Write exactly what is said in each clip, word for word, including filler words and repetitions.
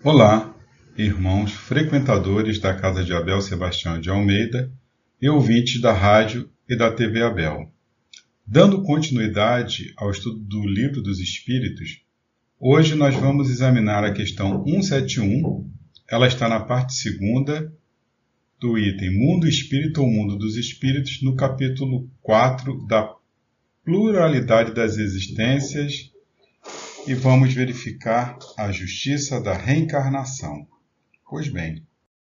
Olá, irmãos frequentadores da Casa de Abel Sebastião de Almeida e ouvintes da rádio e da T V Abel. Dando continuidade ao estudo do Livro dos Espíritos, hoje nós vamos examinar a questão cento e setenta e um. Ela está na parte segunda do item Mundo Espírito ou Mundo dos Espíritos, no capítulo quatro da Pluralidade das Existências, e vamos verificar a justiça da reencarnação. Pois bem.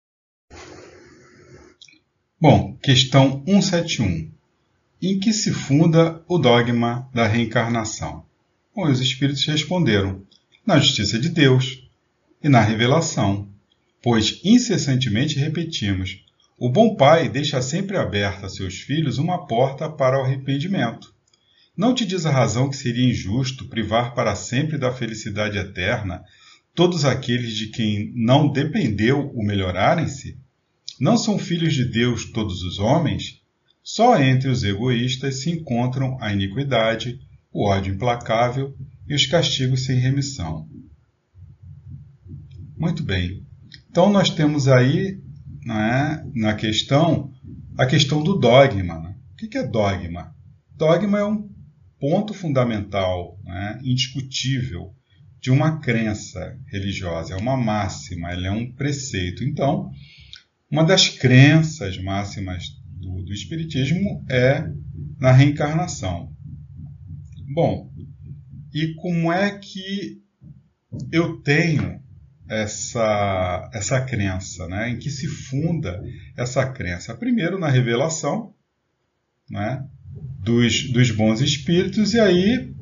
Bom, questão cento e setenta e um. Em que se funda o dogma da reencarnação? Bom, os espíritos responderam: na justiça de Deus e na revelação, pois incessantemente repetimos: o bom pai deixa sempre aberta a seus filhos uma porta para o arrependimento. Não te diz a razão que seria injusto privar para sempre da felicidade eterna todos aqueles de quem não dependeu o melhorarem-se? Não são filhos de Deus todos os homens? Só entre os egoístas se encontram a iniquidade, o ódio implacável e os castigos sem remissão. Muito bem. Então nós temos aí, né, na questão, a questão do dogma. Né? O que é dogma? Dogma é um ponto fundamental, né, indiscutível, de uma crença religiosa. É uma máxima, ele é um preceito. Então, uma das crenças máximas do, do Espiritismo é na reencarnação. Bom, e como é que eu tenho essa, essa crença? Né? Em que se funda essa crença? Primeiro, na revelação, né? Dos, dos bons espíritos, e aí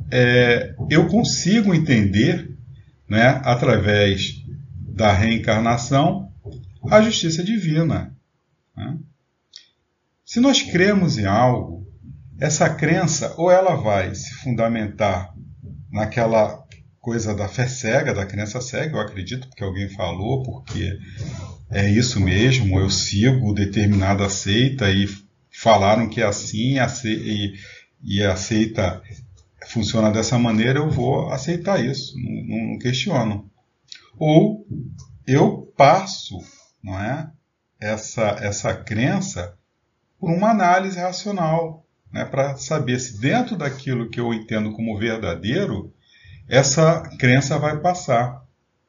é, eu consigo entender, né, através da reencarnação, a justiça divina. Né? Se nós cremos em algo, essa crença ou ela vai se fundamentar naquela coisa da fé cega, da crença cega, eu acredito porque alguém falou, porque é isso mesmo, eu sigo determinada seita e falaram que é assim e, e a seita funciona dessa maneira, eu vou aceitar isso, não, não questiono. Ou eu passo, não é, essa, essa crença por uma análise racional, né, para saber se dentro daquilo que eu entendo como verdadeiro, essa crença vai passar.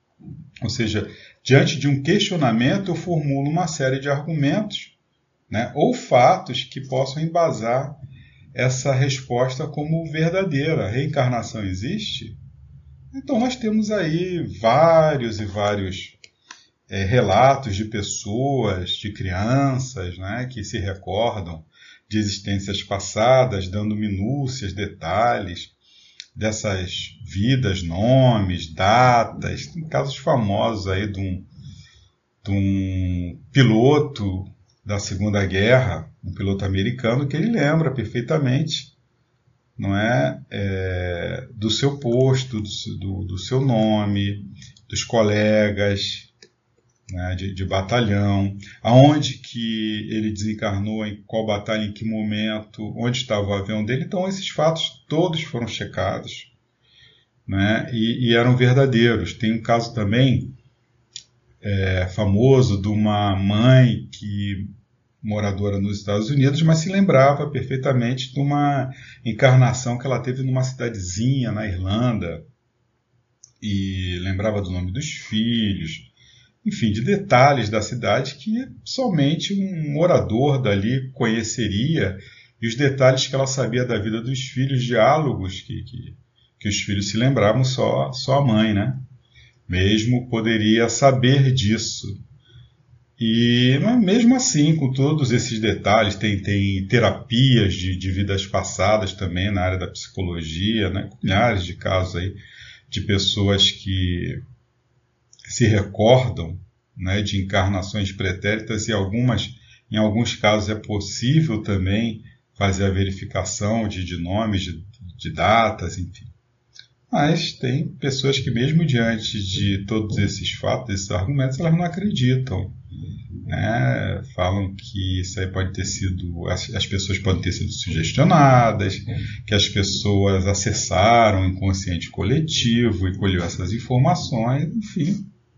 Ou seja, diante de um questionamento, eu formulo uma série de argumentos, né, ou fatos que possam embasar essa resposta como verdadeira. A reencarnação existe? Então nós temos aí vários e vários é, relatos de pessoas, de crianças, né, que se recordam de existências passadas, dando minúcias, detalhes dessas vidas, nomes, datas. Tem casos famosos aí de um, de um piloto da Segunda Guerra, um piloto americano, que ele lembra perfeitamente, não é, é do seu posto, do, do, do seu nome, dos colegas, né, de, de batalhão, aonde que ele desencarnou, em qual batalha, em que momento, onde estava o avião dele. Então esses fatos todos foram checados, né, e, e eram verdadeiros. Tem um caso também é, famoso de uma mãe que moradora nos Estados Unidos, mas se lembrava perfeitamente de uma encarnação que ela teve numa cidadezinha na Irlanda, e lembrava do nome dos filhos, enfim, de detalhes da cidade que somente um morador dali conheceria, e os detalhes que ela sabia da vida dos filhos, diálogos que, que, que os filhos se lembravam, só, só a mãe, né? Mesmo poderia saber disso. E mas mesmo assim, com todos esses detalhes, tem, tem terapias de, de vidas passadas também na área da psicologia, né? Milhares de casos aí de pessoas que se recordam, né, de encarnações pretéritas, e algumas, em alguns casos é possível também fazer a verificação de, de nomes, de, de datas, enfim. Mas tem pessoas que mesmo diante de todos esses fatos, esses argumentos, elas não acreditam. Né? Falam que isso aí pode ter sido, as, as pessoas podem ter sido sugestionadas, que as pessoas acessaram o inconsciente coletivo e colheu essas informações, enfim.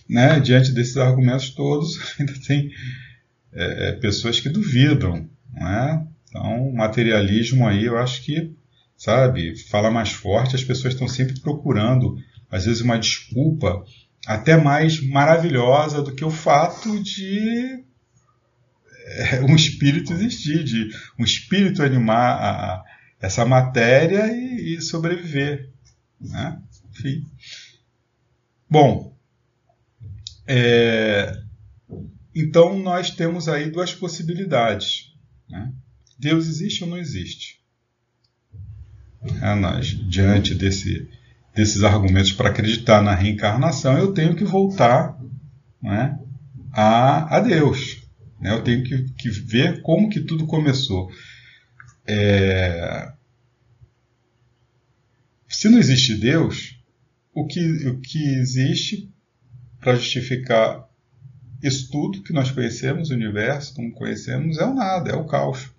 né, diante desses argumentos todos, ainda tem é, pessoas que duvidam, não é? Então, o materialismo aí, eu acho que, sabe, fala mais forte, as pessoas estão sempre procurando, às vezes, uma desculpa até mais maravilhosa do que o fato de é, um espírito existir, de um espírito animar a, a, essa matéria e, e sobreviver, né? Enfim. Bom, é, então nós temos aí duas possibilidades, né? Deus existe ou não existe? É, nós, diante desse, desses argumentos para acreditar na reencarnação, eu tenho que voltar, né, a, a Deus. Né? Eu tenho que, que ver como que tudo começou. É, se não existe Deus, o que, o que existe para justificar isso tudo que nós conhecemos, o universo como conhecemos, é o nada, é o caos.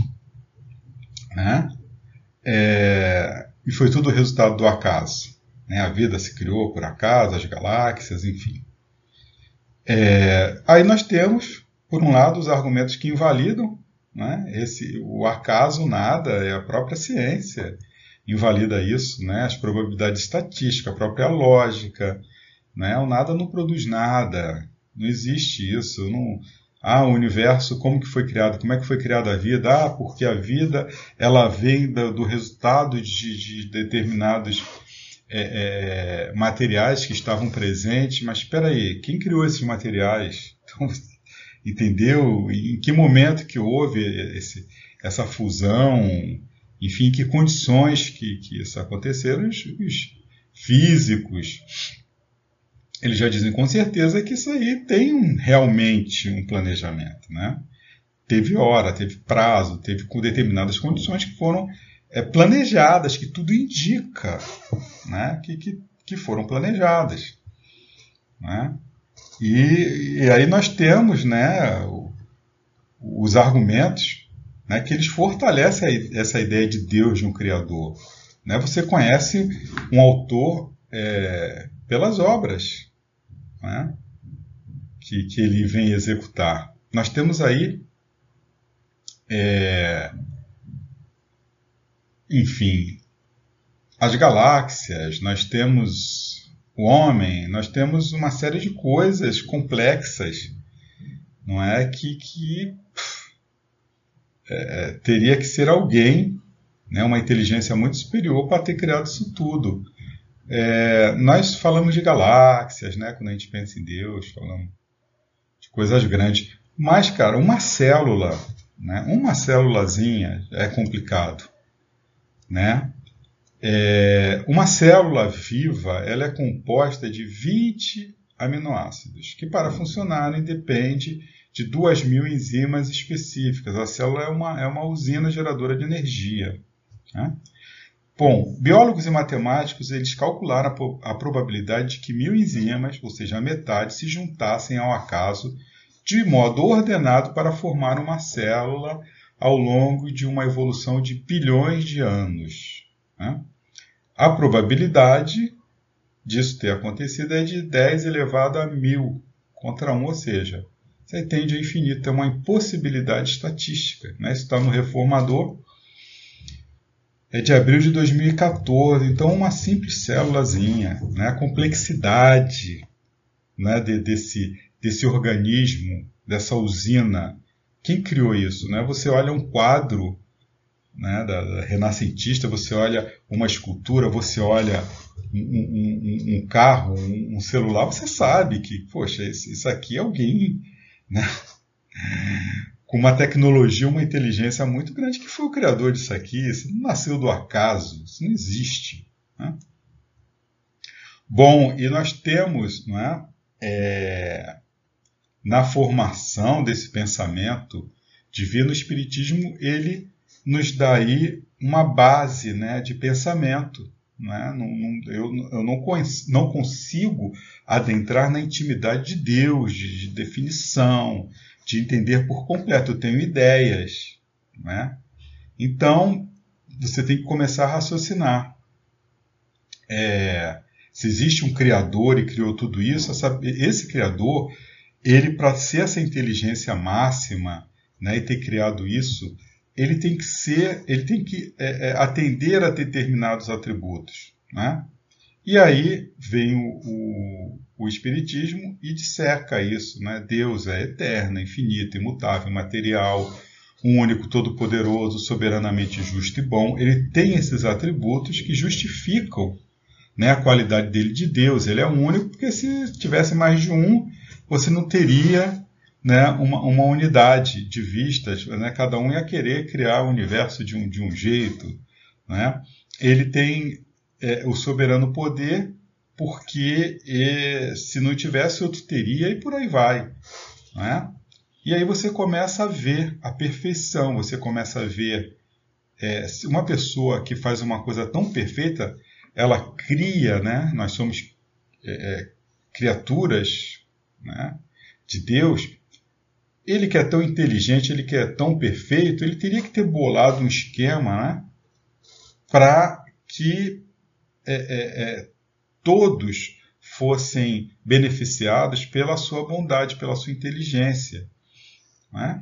Né? É, e foi tudo resultado do acaso. Né? A vida se criou por acaso, as galáxias, enfim. É, aí nós temos, por um lado, os argumentos que invalidam, né? Esse, o acaso, o nada, é a própria ciência invalida isso, né? As probabilidades estatísticas, a própria lógica. Né? O nada não produz nada, não existe isso. Não... Ah, o universo, como que foi criado? Como é que foi criada a vida? Ah, porque a vida ela vem do, do resultado de, de determinados é, é, materiais que estavam presentes. Mas espera aí, quem criou esses materiais? Então, entendeu? Em que momento que houve esse, essa fusão? Enfim, em que condições que, que isso aconteceram? Os, os físicos... eles já dizem com certeza que isso aí tem um, realmente um planejamento. Né? Teve hora, teve prazo, teve com determinadas condições que foram é, planejadas, que tudo indica, né? que, que, que foram planejadas. Né? E, e aí nós temos, né, o, os argumentos, né, que eles fortalecem a, essa ideia de Deus, de um Criador. Né? Você conhece um autor é, pelas obras, né, que, que ele vem executar. Nós temos aí, é, enfim, as galáxias, nós temos o homem, nós temos uma série de coisas complexas, não é? Que, que é, teria que ser alguém, né, uma inteligência muito superior para ter criado isso tudo. É, nós falamos de galáxias, né, quando a gente pensa em Deus, falamos de coisas grandes. Mas, cara, uma célula, né, uma célulazinha é complicado. Né? É, uma célula viva ela é composta de vinte aminoácidos, que para funcionarem depende de duas mil enzimas específicas. A célula é uma, é uma usina geradora de energia. Né? Bom, biólogos e matemáticos eles calcularam a, a probabilidade de que mil enzimas, ou seja, a metade, se juntassem ao acaso de modo ordenado para formar uma célula ao longo de uma evolução de bilhões de anos. Né? A probabilidade disso ter acontecido é de dez elevado a mil contra um, ou seja, você tende a infinito, é uma impossibilidade estatística. Né? Isso está no Reformador, é de abril de dois mil e quatorze, então uma simples célulazinha, né? A complexidade, né, de, desse, desse organismo, dessa usina. Quem criou isso? Né? Você olha um quadro, né, da, da renascentista, você olha uma escultura, você olha um, um, um carro, um, um celular, você sabe que, poxa, isso, isso aqui é alguém, né, com uma tecnologia, uma inteligência muito grande, que foi o criador disso aqui. Isso não nasceu do acaso, isso não existe. Né? Bom, e nós temos, não é, é, na formação desse pensamento divino, o Espiritismo ele nos dá aí uma base, né, de pensamento. Né? Não, não, eu eu não, não consigo adentrar na intimidade de Deus, de, de definição, de entender por completo. Eu tenho ideias. Né? Então, você tem que começar a raciocinar. É, Se existe um Criador e criou tudo isso, essa, esse Criador, ele, para ser essa inteligência máxima, né, e ter criado isso, ele tem que ser, ele tem que é, é, atender a determinados atributos, né? E aí vem o, o, o Espiritismo e disseca isso, né? Deus é eterno, infinito, imutável, imaterial, um único, todo-poderoso, soberanamente justo e bom. Ele tem esses atributos que justificam, né, a qualidade dele de Deus. Ele é único porque se tivesse mais de um, você não teria, né, uma, uma unidade de vistas, né? Cada um ia querer criar o universo de um, de um jeito, né? Ele tem é, o soberano poder porque é, se não tivesse outro teria e por aí vai, né? E aí você começa a ver a perfeição, você começa a ver é, uma pessoa que faz uma coisa tão perfeita, ela cria, né? Nós somos é, criaturas, né, de Deus. Ele que é tão inteligente, ele que é tão perfeito, ele teria que ter bolado um esquema, né, para que é, é, é, todos fossem beneficiados pela sua bondade, pela sua inteligência, né?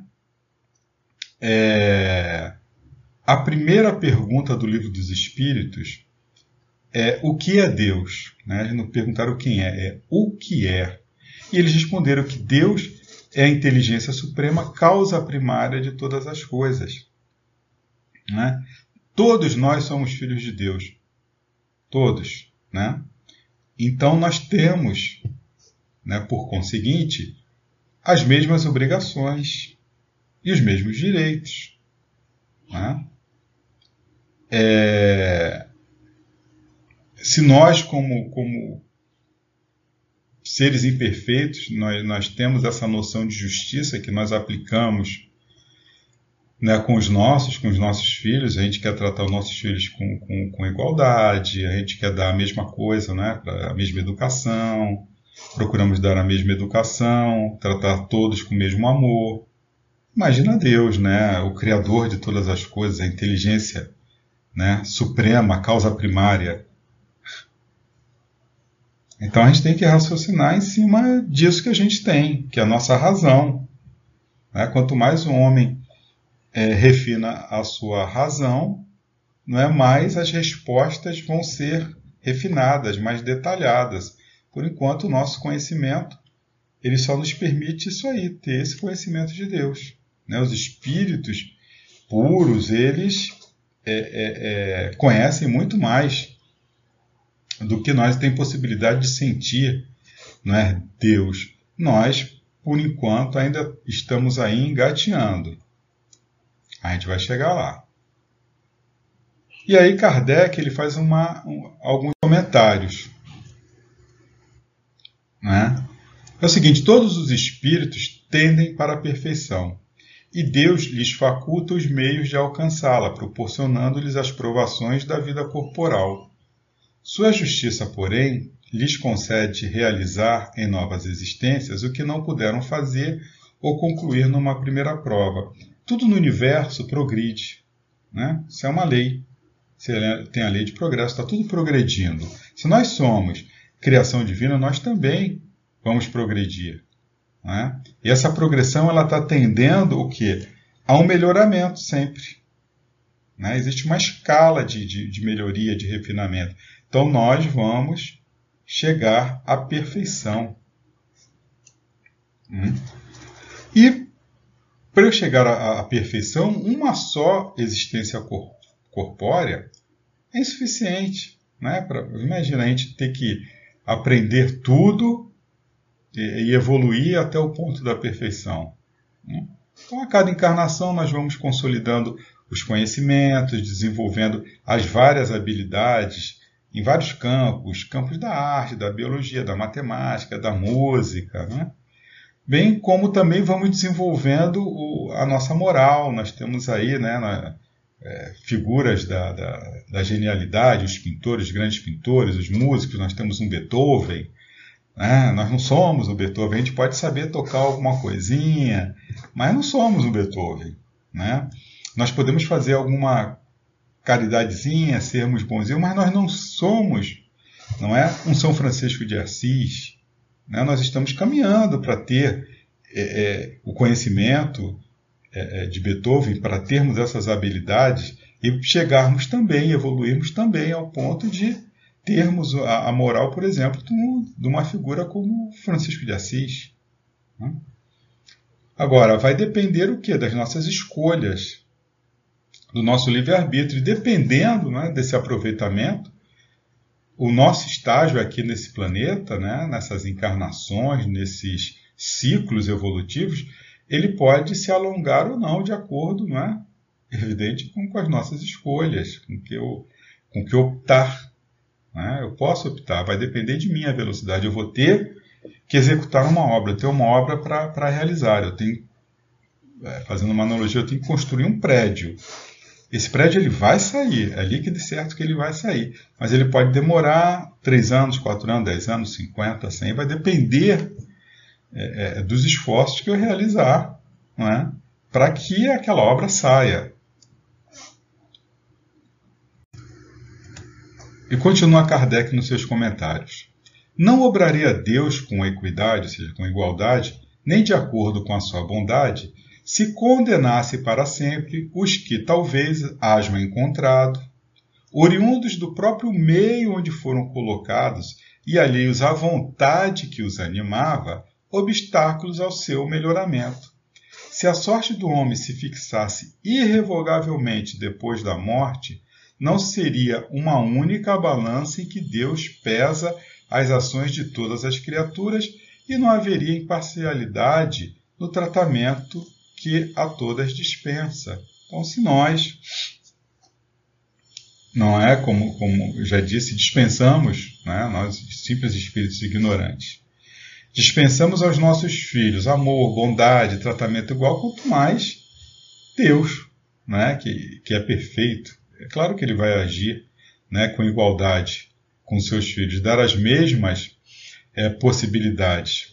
É, a primeira pergunta do Livro dos Espíritos é o que é Deus? Né? Eles não perguntaram quem é, é o que é. E eles responderam que Deus é a inteligência suprema, causa primária de todas as coisas, né? Todos nós somos filhos de Deus. Todos, né? Então nós temos, né, por conseguinte, as mesmas obrigações e os mesmos direitos, né? É... Se nós, como, como seres imperfeitos, nós, nós temos essa noção de justiça que nós aplicamos, né, com os nossos, com os nossos filhos, a gente quer tratar os nossos filhos com, com, com igualdade, a gente quer dar a mesma coisa, né, a mesma educação, procuramos dar a mesma educação, tratar todos com o mesmo amor. Imagina Deus, né, o Criador de todas as coisas, a inteligência, né, suprema, a causa primária. Então a gente tem que raciocinar em cima disso que a gente tem, que é a nossa razão, né? Quanto mais o homem é, refina a sua razão, não é, mais as respostas vão ser refinadas, mais detalhadas. Por enquanto, o nosso conhecimento ele só nos permite isso aí, ter esse conhecimento de Deus, né? Os espíritos puros, eles é, é, é, conhecem muito mais do que nós tem possibilidade de sentir, não é, Deus. Nós, por enquanto, ainda estamos aí engateando. A gente vai chegar lá. E aí Kardec ele faz uma, um, alguns comentários, né? É o seguinte: todos os espíritos tendem para a perfeição, e Deus lhes faculta os meios de alcançá-la, proporcionando-lhes as provações da vida corporal. Sua justiça, porém, lhes concede realizar em novas existências o que não puderam fazer ou concluir numa primeira prova. Tudo no universo progride, né? Isso é uma lei. Você tem a lei de progresso, está tudo progredindo. Se nós somos criação divina, nós também vamos progredir, né? E essa progressão ela está tendendo o quê? A um melhoramento sempre, né? Existe uma escala de, de, de melhoria, de refinamento. Então nós vamos chegar à perfeição. Hum? E para eu chegar à, à perfeição, uma só existência cor, corpórea é insuficiente, né? Pra, imagina a gente ter que aprender tudo e, e evoluir até o ponto da perfeição. Hum? Então a cada encarnação nós vamos consolidando os conhecimentos, desenvolvendo as várias habilidades em vários campos, campos da arte, da biologia, da matemática, da música, né? Bem como também vamos desenvolvendo o, a nossa moral. Nós temos aí, né, na, é, figuras da, da, da genialidade, os pintores, os grandes pintores, os músicos. Nós temos um Beethoven, né? Nós não somos o Beethoven, a gente pode saber tocar alguma coisinha, mas não somos o Beethoven, né? Nós podemos fazer alguma caridadezinha, sermos bonzinhos, mas nós não somos não é um São Francisco de Assis, né? Nós estamos caminhando para ter é, é, o conhecimento é, de Beethoven, para termos essas habilidades e chegarmos também, evoluirmos também ao ponto de termos a, a moral, por exemplo, de uma figura como Francisco de Assis. Né? Agora, vai depender o quê? Das nossas escolhas, do nosso livre-arbítrio. E dependendo, né, desse aproveitamento, o nosso estágio aqui nesse planeta, né, nessas encarnações, nesses ciclos evolutivos, ele pode se alongar ou não, de acordo, não é? Evidente, com, com as nossas escolhas, com que eu, com que optar. Né? Eu posso optar, vai depender de mim a velocidade. Eu vou ter que executar uma obra, ter uma obra para realizar. Eu tenho, fazendo uma analogia, eu tenho que construir um prédio. Esse prédio ele vai sair, é líquido e certo que ele vai sair. Mas ele pode demorar três anos, quatro anos, dez anos, cinquenta, cem, vai depender é, é, dos esforços que eu realizar, não é? Para que aquela obra saia. E continua Kardec nos seus comentários. Não obraria Deus com equidade, ou seja, com igualdade, nem de acordo com a sua bondade, se condenasse para sempre os que talvez hajam encontrado, oriundos do próprio meio onde foram colocados e alheios à vontade que os animava, obstáculos ao seu melhoramento. Se a sorte do homem se fixasse irrevogavelmente depois da morte, não seria uma única balança em que Deus pesa as ações de todas as criaturas e não haveria imparcialidade no tratamento que a todas dispensa. Então, se nós, não é, como, como já disse, dispensamos, né, nós simples espíritos ignorantes, dispensamos aos nossos filhos amor, bondade, tratamento igual, quanto mais Deus, né, que, que é perfeito. É claro que ele vai agir, né, com igualdade com seus filhos, dar as mesmas é, possibilidades.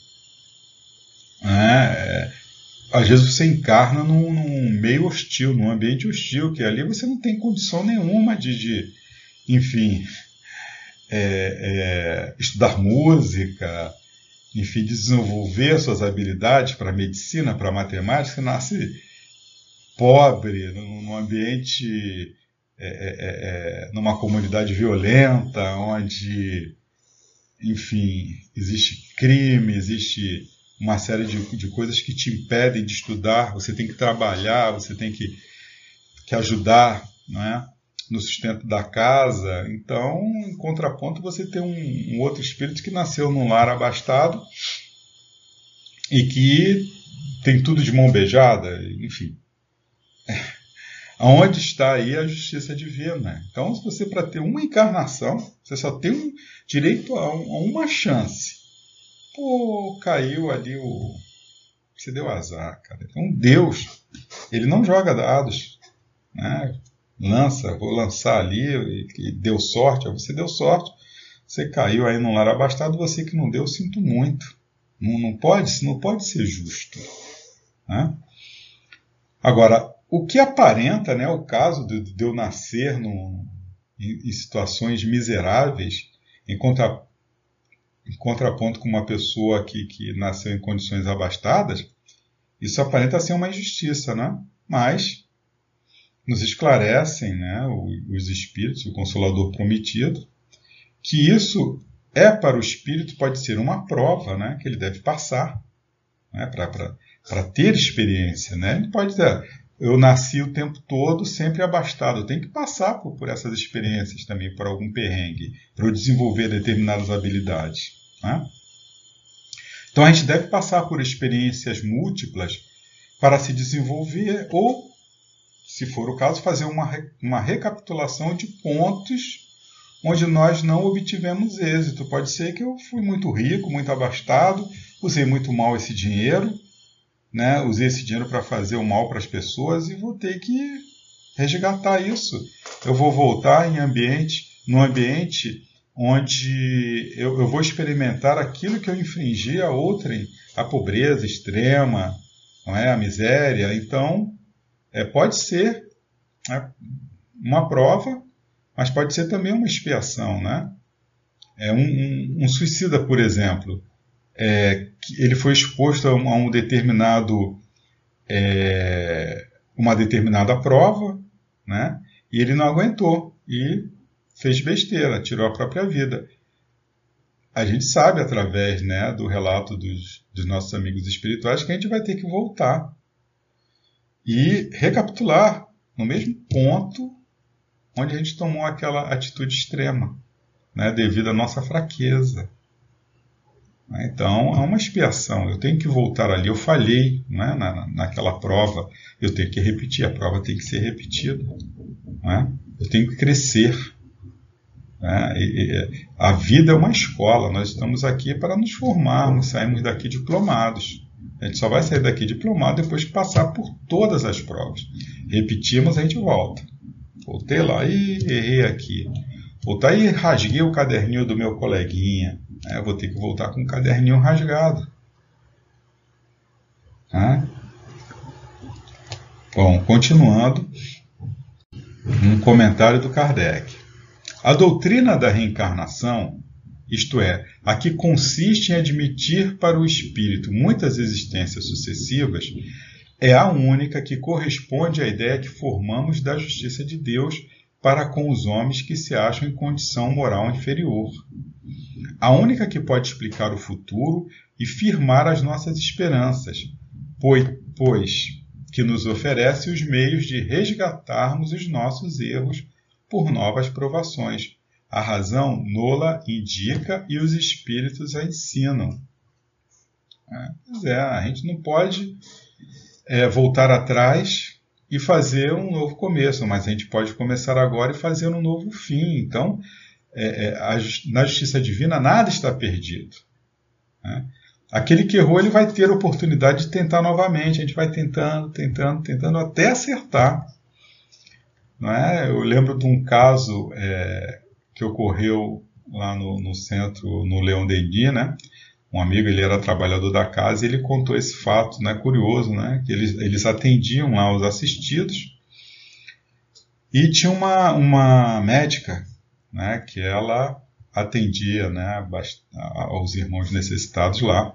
É, às vezes você encarna num, num meio hostil, num ambiente hostil, que ali você não tem condição nenhuma de, de enfim, é, é, estudar música, enfim, desenvolver suas habilidades para a medicina, para a matemática. Você nasce pobre, num ambiente, é, é, é, numa comunidade violenta, onde, enfim, existe crime, existe uma série de, de coisas que te impedem de estudar. Você tem que trabalhar, você tem que, que ajudar, não é? No sustento da casa. Então, em contraponto, você tem um, um outro espírito que nasceu num lar abastado e que tem tudo de mão beijada, enfim. Aonde está aí a justiça divina? Então, se você, para ter uma encarnação, você só tem um direito a, um, a uma chance. Pô, caiu ali o... Você deu azar, cara. Então, Deus, ele não joga dados, né? Lança, vou lançar ali, e, e deu sorte, você deu sorte, você caiu aí num lar abastado, você que não deu, sinto muito. Não, não pode, não pode ser justo. Né? Agora, o que aparenta, né, o caso de, de eu nascer no, em, em situações miseráveis, em, contra, em contraponto com uma pessoa que, que nasceu em condições abastadas, isso aparenta ser uma injustiça, né? Mas nos esclarecem, né, os espíritos, o Consolador prometido, que isso é para o espírito, pode ser uma prova, né, que ele deve passar, né, para ter experiência. Né? Ele pode dizer, eu nasci o tempo todo sempre abastado, eu tenho que passar por, por essas experiências também, por algum perrengue, para eu desenvolver determinadas habilidades. Né? Então a gente deve passar por experiências múltiplas para se desenvolver, ou, se for o caso, fazer uma, uma recapitulação de pontos onde nós não obtivemos êxito. Pode ser que eu fui muito rico, muito abastado, usei muito mal esse dinheiro, né? Usei esse dinheiro para fazer o mal para as pessoas e vou ter que resgatar isso. Eu vou voltar em ambiente, num ambiente onde eu, eu vou experimentar aquilo que eu infringi a outrem, a pobreza extrema, não é? A miséria. Então, É, pode ser, né, uma prova, mas pode ser também uma expiação, né? É um, um, um suicida, por exemplo, é, ele foi exposto a um, a um determinado, é, uma determinada prova, né? E ele não aguentou e fez besteira, tirou a própria vida. A gente sabe, através, né, do relato dos, dos nossos amigos espirituais, que a gente vai ter que voltar e recapitular no mesmo ponto onde a gente tomou aquela atitude extrema, né, devido à nossa fraqueza. Então, é uma expiação. Eu tenho que voltar ali. Eu falhei, né, na, naquela prova. Eu tenho que repetir. A prova tem que ser repetida. Né? Eu tenho que crescer. Né? E, e, a vida é uma escola. Nós estamos aqui para nos formarmos. Saímos daqui diplomados. A gente só vai sair daqui diplomado depois de passar por todas as provas. Repetimos, a gente volta. Voltei lá e errei aqui. Voltar e rasguei o caderninho do meu coleguinha. É, eu vou ter que voltar com o caderninho rasgado. Tá? Bom, continuando, um comentário do Kardec. A doutrina da reencarnação, isto é, a que consiste em admitir para o espírito muitas existências sucessivas, é a única que corresponde à ideia que formamos da justiça de Deus para com os homens que se acham em condição moral inferior. A única que pode explicar o futuro e firmar as nossas esperanças, pois, pois que nos oferece os meios de resgatarmos os nossos erros por novas provações. A razão nola indica e os espíritos a ensinam. É, pois é, a gente não pode é, voltar atrás e fazer um novo começo, mas a gente pode começar agora e fazer um novo fim. Então, é, é, a, na justiça divina nada está perdido. Né? Aquele que errou, ele vai ter a oportunidade de tentar novamente. A gente vai tentando, tentando, tentando até acertar. Não é? Eu lembro de um caso é, que ocorreu lá no, no centro, no Leão Denis, né? Um amigo, ele era trabalhador da casa, e ele contou esse fato, né, curioso, né, que eles, eles atendiam lá os assistidos, e tinha uma, uma médica, né, que ela atendia, né, aos irmãos necessitados lá,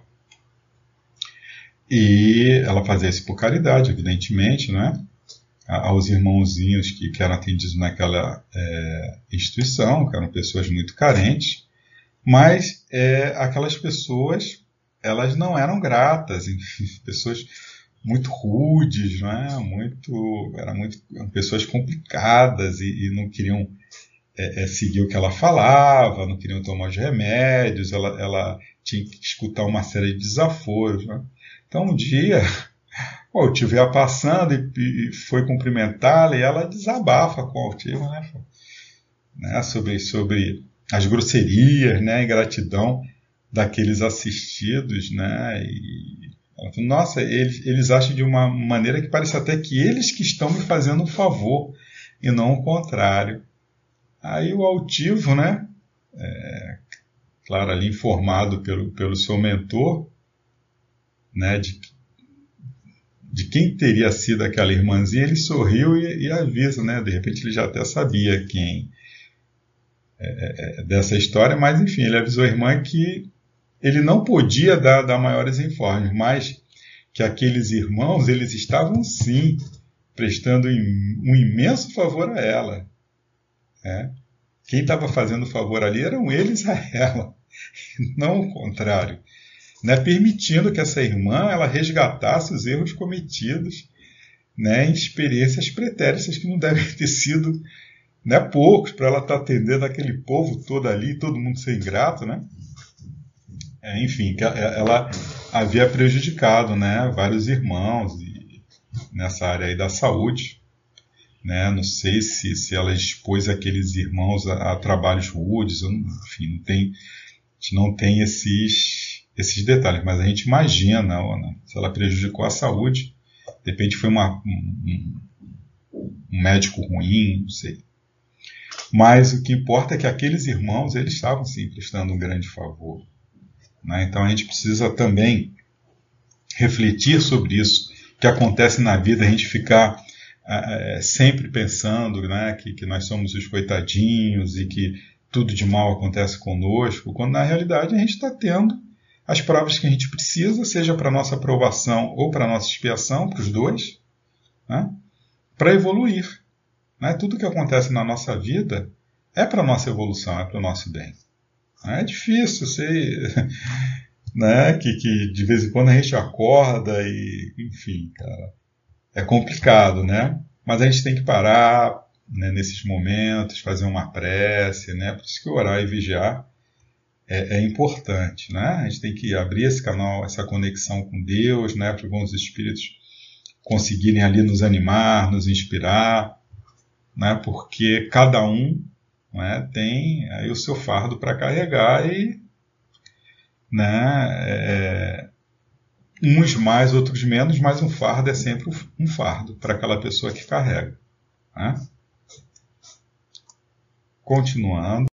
e ela fazia isso por caridade, evidentemente, né, aos irmãozinhos que, que eram atendidos naquela é, instituição, que eram pessoas muito carentes. Mas é, aquelas pessoas, elas não eram gratas, enfim, pessoas muito rudes, né? muito, eram muito, eram pessoas complicadas e, e não queriam é, é, seguir o que ela falava, não queriam tomar os remédios, ela, ela tinha que escutar uma série de desaforos. Né? Então um dia, o Altivo ia passando e, e foi cumprimentá-la, e ela desabafa com o Altivo, né? né? sobre... sobre as grosserias, né, a ingratidão daqueles assistidos, né, e ela falou, nossa, eles, eles acham de uma maneira que parece até que eles que estão me fazendo um favor, e não o contrário. Aí o altivo, né, é, claro, ali informado pelo, pelo seu mentor, né, de, de quem teria sido aquela irmãzinha, ele sorriu e, e avisa, né, de repente ele já até sabia quem É, é, dessa história, mas enfim, ele avisou a irmã que ele não podia dar, dar maiores informes, mas que aqueles irmãos, eles estavam sim prestando um imenso favor a ela. Né? Quem estava fazendo favor ali eram eles a ela, não o contrário. Né? Permitindo que essa irmã ela resgatasse os erros cometidos, né, em experiências pretéritas que não devem ter sido, né, poucos, para ela estar atendendo aquele povo todo ali, todo mundo ser ingrato, né? É, enfim, ela havia prejudicado, né, vários irmãos e, nessa área aí da saúde, né? Não sei se, se ela expôs aqueles irmãos a, a trabalhos rudes, enfim, não tem, a gente não tem esses, esses detalhes, mas a gente imagina, né, se ela prejudicou a saúde, de repente foi uma, um, um médico ruim, não sei. Mas o que importa é que aqueles irmãos, eles estavam sim prestando um grande favor. Né? Então a gente precisa também refletir sobre isso, que acontece na vida, a gente ficar é, sempre pensando, né, que, que nós somos os coitadinhos e que tudo de mal acontece conosco, quando na realidade a gente está tendo as provas que a gente precisa, seja para a nossa aprovação ou para a nossa expiação, para os dois, né? Para evoluir. Né? Tudo que acontece na nossa vida é para a nossa evolução, é para o nosso bem. É difícil, sei, né? que, que de vez em quando a gente acorda e, enfim, cara, é complicado, né? Mas a gente tem que parar, né, nesses momentos, fazer uma prece, né? Por isso que orar e vigiar é, é importante, né? A gente tem que abrir esse canal, essa conexão com Deus, né? Para os bons espíritos conseguirem ali nos animar, nos inspirar, né? Porque cada um, né, tem aí o seu fardo para carregar e, né, é, uns mais, outros menos, mas um fardo é sempre um fardo para aquela pessoa que carrega. Né? Continuando,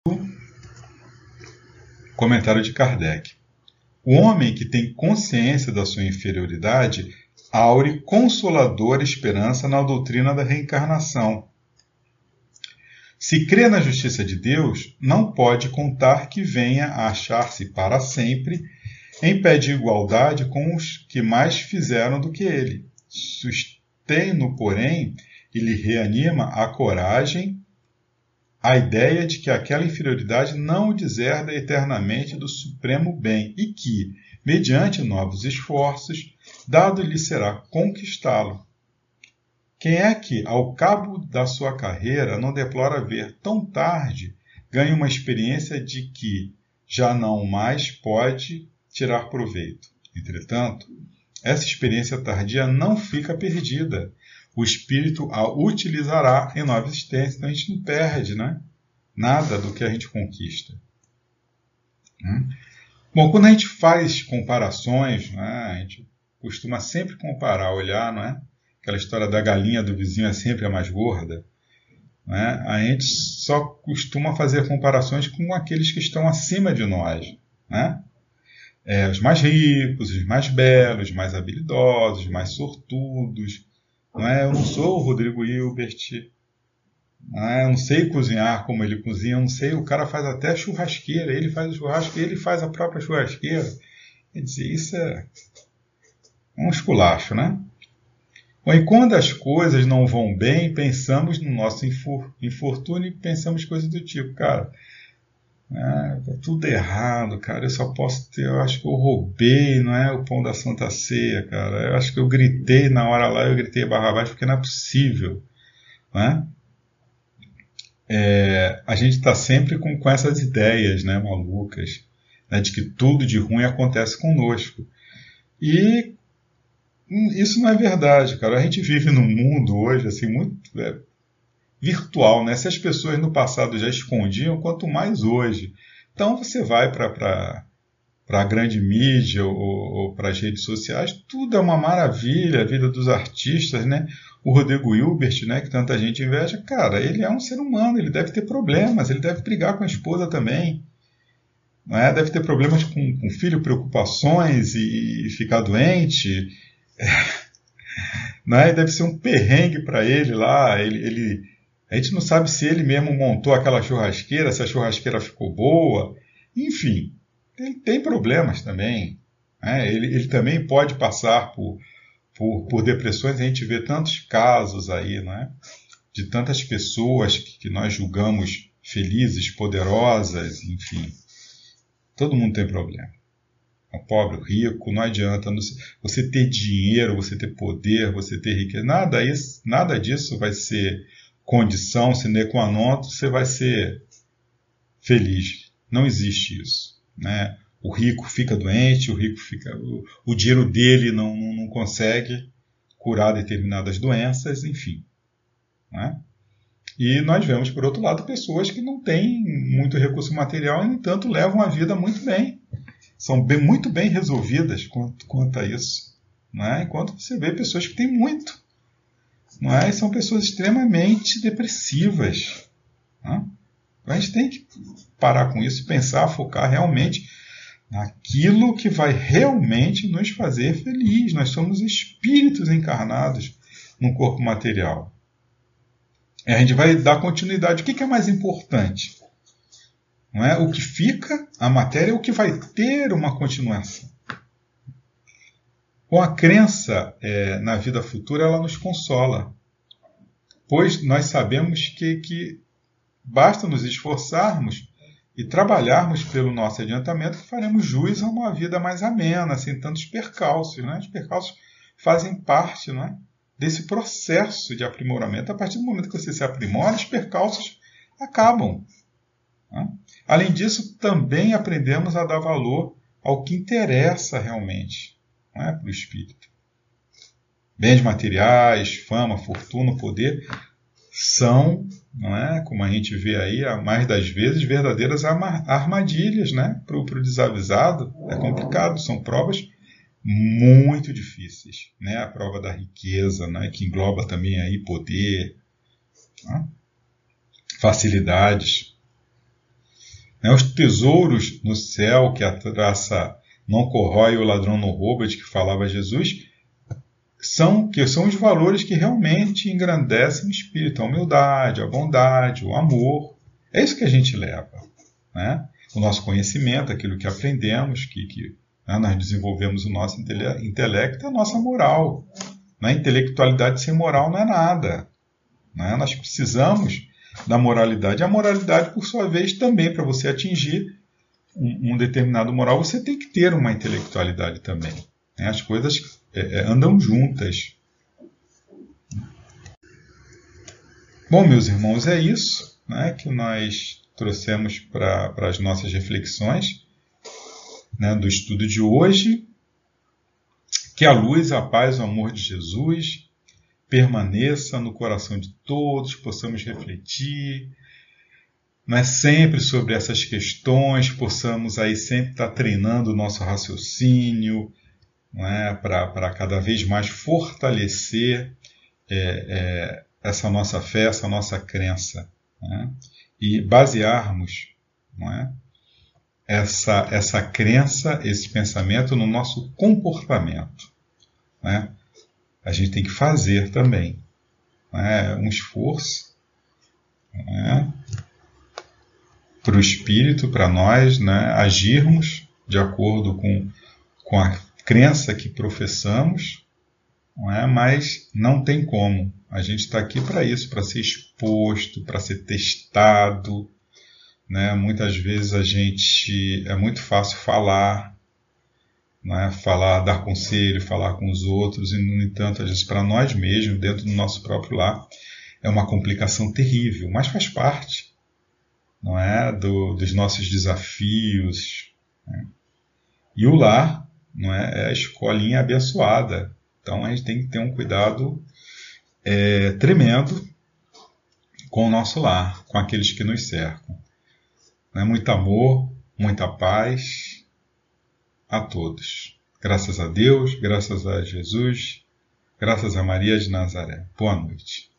comentário de Kardec. O homem que tem consciência da sua inferioridade aure consoladora esperança na doutrina da reencarnação. Se crê na justiça de Deus, não pode contar que venha a achar-se para sempre em pé de igualdade com os que mais fizeram do que ele. Sustém-no, porém, e lhe reanima a coragem, a ideia de que aquela inferioridade não o deserda eternamente do supremo bem e que, mediante novos esforços, dado-lhe será conquistá-lo. Quem é que, ao cabo da sua carreira, não deplora ver tão tarde ganha uma experiência de que já não mais pode tirar proveito? Entretanto, essa experiência tardia não fica perdida. O espírito a utilizará em nova existência. Então a gente não perde, né, nada do que a gente conquista. Hum? Bom, quando a gente faz comparações, né, a gente costuma sempre comparar, olhar, não é? Aquela história da galinha do vizinho é sempre a mais gorda. Né? A gente só costuma fazer comparações com aqueles que estão acima de nós. Né? É, os mais ricos, os mais belos, os mais habilidosos, os mais sortudos. Não é? Eu não sou o Rodrigo Hilbert. Não é? Eu não sei cozinhar como ele cozinha. Eu não sei, o cara faz até churrasqueira. Ele faz o churrasco e ele faz a própria churrasqueira. Quer dizer, isso é um esculacho, né? Bom, e quando as coisas não vão bem, pensamos no nosso infortúnio e pensamos coisas do tipo, cara, é, tá tudo errado, cara, eu só posso ter, eu acho que eu roubei, não é, o pão da Santa Ceia, cara, eu acho que eu gritei na hora lá, eu gritei barra baixo porque não é possível, né? É, a gente está sempre com, com essas ideias, né, malucas, né, de que tudo de ruim acontece conosco. E isso não é verdade, cara. A gente vive num mundo hoje assim muito é, virtual, né? Se as pessoas no passado já escondiam, quanto mais hoje. Então você vai para a grande mídia ou, ou para as redes sociais, tudo é uma maravilha, a vida dos artistas, né? O Rodrigo Hilbert, né, que tanta gente inveja, cara, ele é um ser humano, ele deve ter problemas, ele deve brigar com a esposa também. Não é? Deve ter problemas com, com o filho, preocupações e, e ficar doente. Né? Deve ser um perrengue para ele lá. Ele, ele, a gente não sabe se ele mesmo montou aquela churrasqueira, se a churrasqueira ficou boa. Enfim, ele tem problemas também. Né? Ele, ele também pode passar por, por, por depressões. A gente vê tantos casos aí, né? De tantas pessoas que, que nós julgamos felizes, poderosas, enfim. Todo mundo tem problema. O pobre, o rico, não adianta você ter dinheiro, você ter poder, você ter riqueza, nada, isso, nada disso vai ser condição sine qua non, você vai ser feliz. Não existe isso. Né? O rico fica doente, o rico fica, o, o dinheiro dele não, não, não consegue curar determinadas doenças, enfim. Né? E nós vemos, por outro lado, pessoas que não têm muito recurso material e, no entanto, levam a vida muito bem. São bem, muito bem resolvidas quanto, quanto a isso. Não é? Enquanto você vê pessoas que têm muito. Não é? E são pessoas extremamente depressivas. Não é? Então a gente tem que parar com isso e pensar, focar realmente naquilo que vai realmente nos fazer feliz. Nós somos espíritos encarnados num corpo material. E a gente vai dar continuidade. O que é mais importante? Não é? O que fica, a matéria, é o que vai ter uma continuação. Com a crença é, na vida futura, ela nos consola, pois nós sabemos que, que basta nos esforçarmos e trabalharmos pelo nosso adiantamento que faremos jus a uma vida mais amena, sem tantos percalços. Né? Os percalços fazem parte, não é, desse processo de aprimoramento. A partir do momento que você se aprimora, os percalços acabam. Né? Além disso, também aprendemos a dar valor ao que interessa realmente, não é, para o espírito. Bens materiais, fama, fortuna, poder são, não é, como a gente vê aí, a mais das vezes, verdadeiras armadilhas, né, para o desavisado. É complicado, são provas muito difíceis, né? A prova da riqueza, né, que engloba também aí poder, né, facilidades. Né, os tesouros no céu que a traça não corrói, o ladrão não rouba, de que falava Jesus, são, que são os valores que realmente engrandecem o espírito, a humildade, a bondade, o amor. É isso que a gente leva, né? O nosso conhecimento, aquilo que aprendemos, que, que né, nós desenvolvemos o nosso intelecto, a nossa moral. Né? Intelectualidade sem moral não é nada. Né? Nós precisamos da moralidade. A moralidade, por sua vez, também, para você atingir um, um determinado moral, você tem que ter uma intelectualidade também. Né? As coisas é, andam juntas. Bom, meus irmãos, é isso, né, que nós trouxemos para as nossas reflexões, né, do estudo de hoje. Que a luz, a paz, o amor de Jesus permaneça no coração de todos, possamos refletir, né, sempre sobre essas questões, possamos aí sempre estar treinando o nosso raciocínio, né, para cada vez mais fortalecer é, é, essa nossa fé, essa nossa crença, né, e basearmos, não é, essa, essa crença, esse pensamento no nosso comportamento. Né? A gente tem que fazer também, né, um esforço, né, para o espírito, para nós, né, agirmos de acordo com, com a crença que professamos, não é? Mas não tem como. A gente está aqui para isso, para ser exposto, para ser testado. Né? Muitas vezes a gente é muito fácil falar, né? Falar, dar conselho, falar com os outros, e no entanto, às vezes para nós mesmos, dentro do nosso próprio lar, é uma complicação terrível, mas faz parte, não é, do, dos nossos desafios. Né? E o lar, não é, é a escolinha abençoada. Então a gente tem que ter um cuidado é, tremendo com o nosso lar, com aqueles que nos cercam. Né? Muito amor, muita paz a todos. Graças a Deus, graças a Jesus, graças a Maria de Nazaré. Boa noite.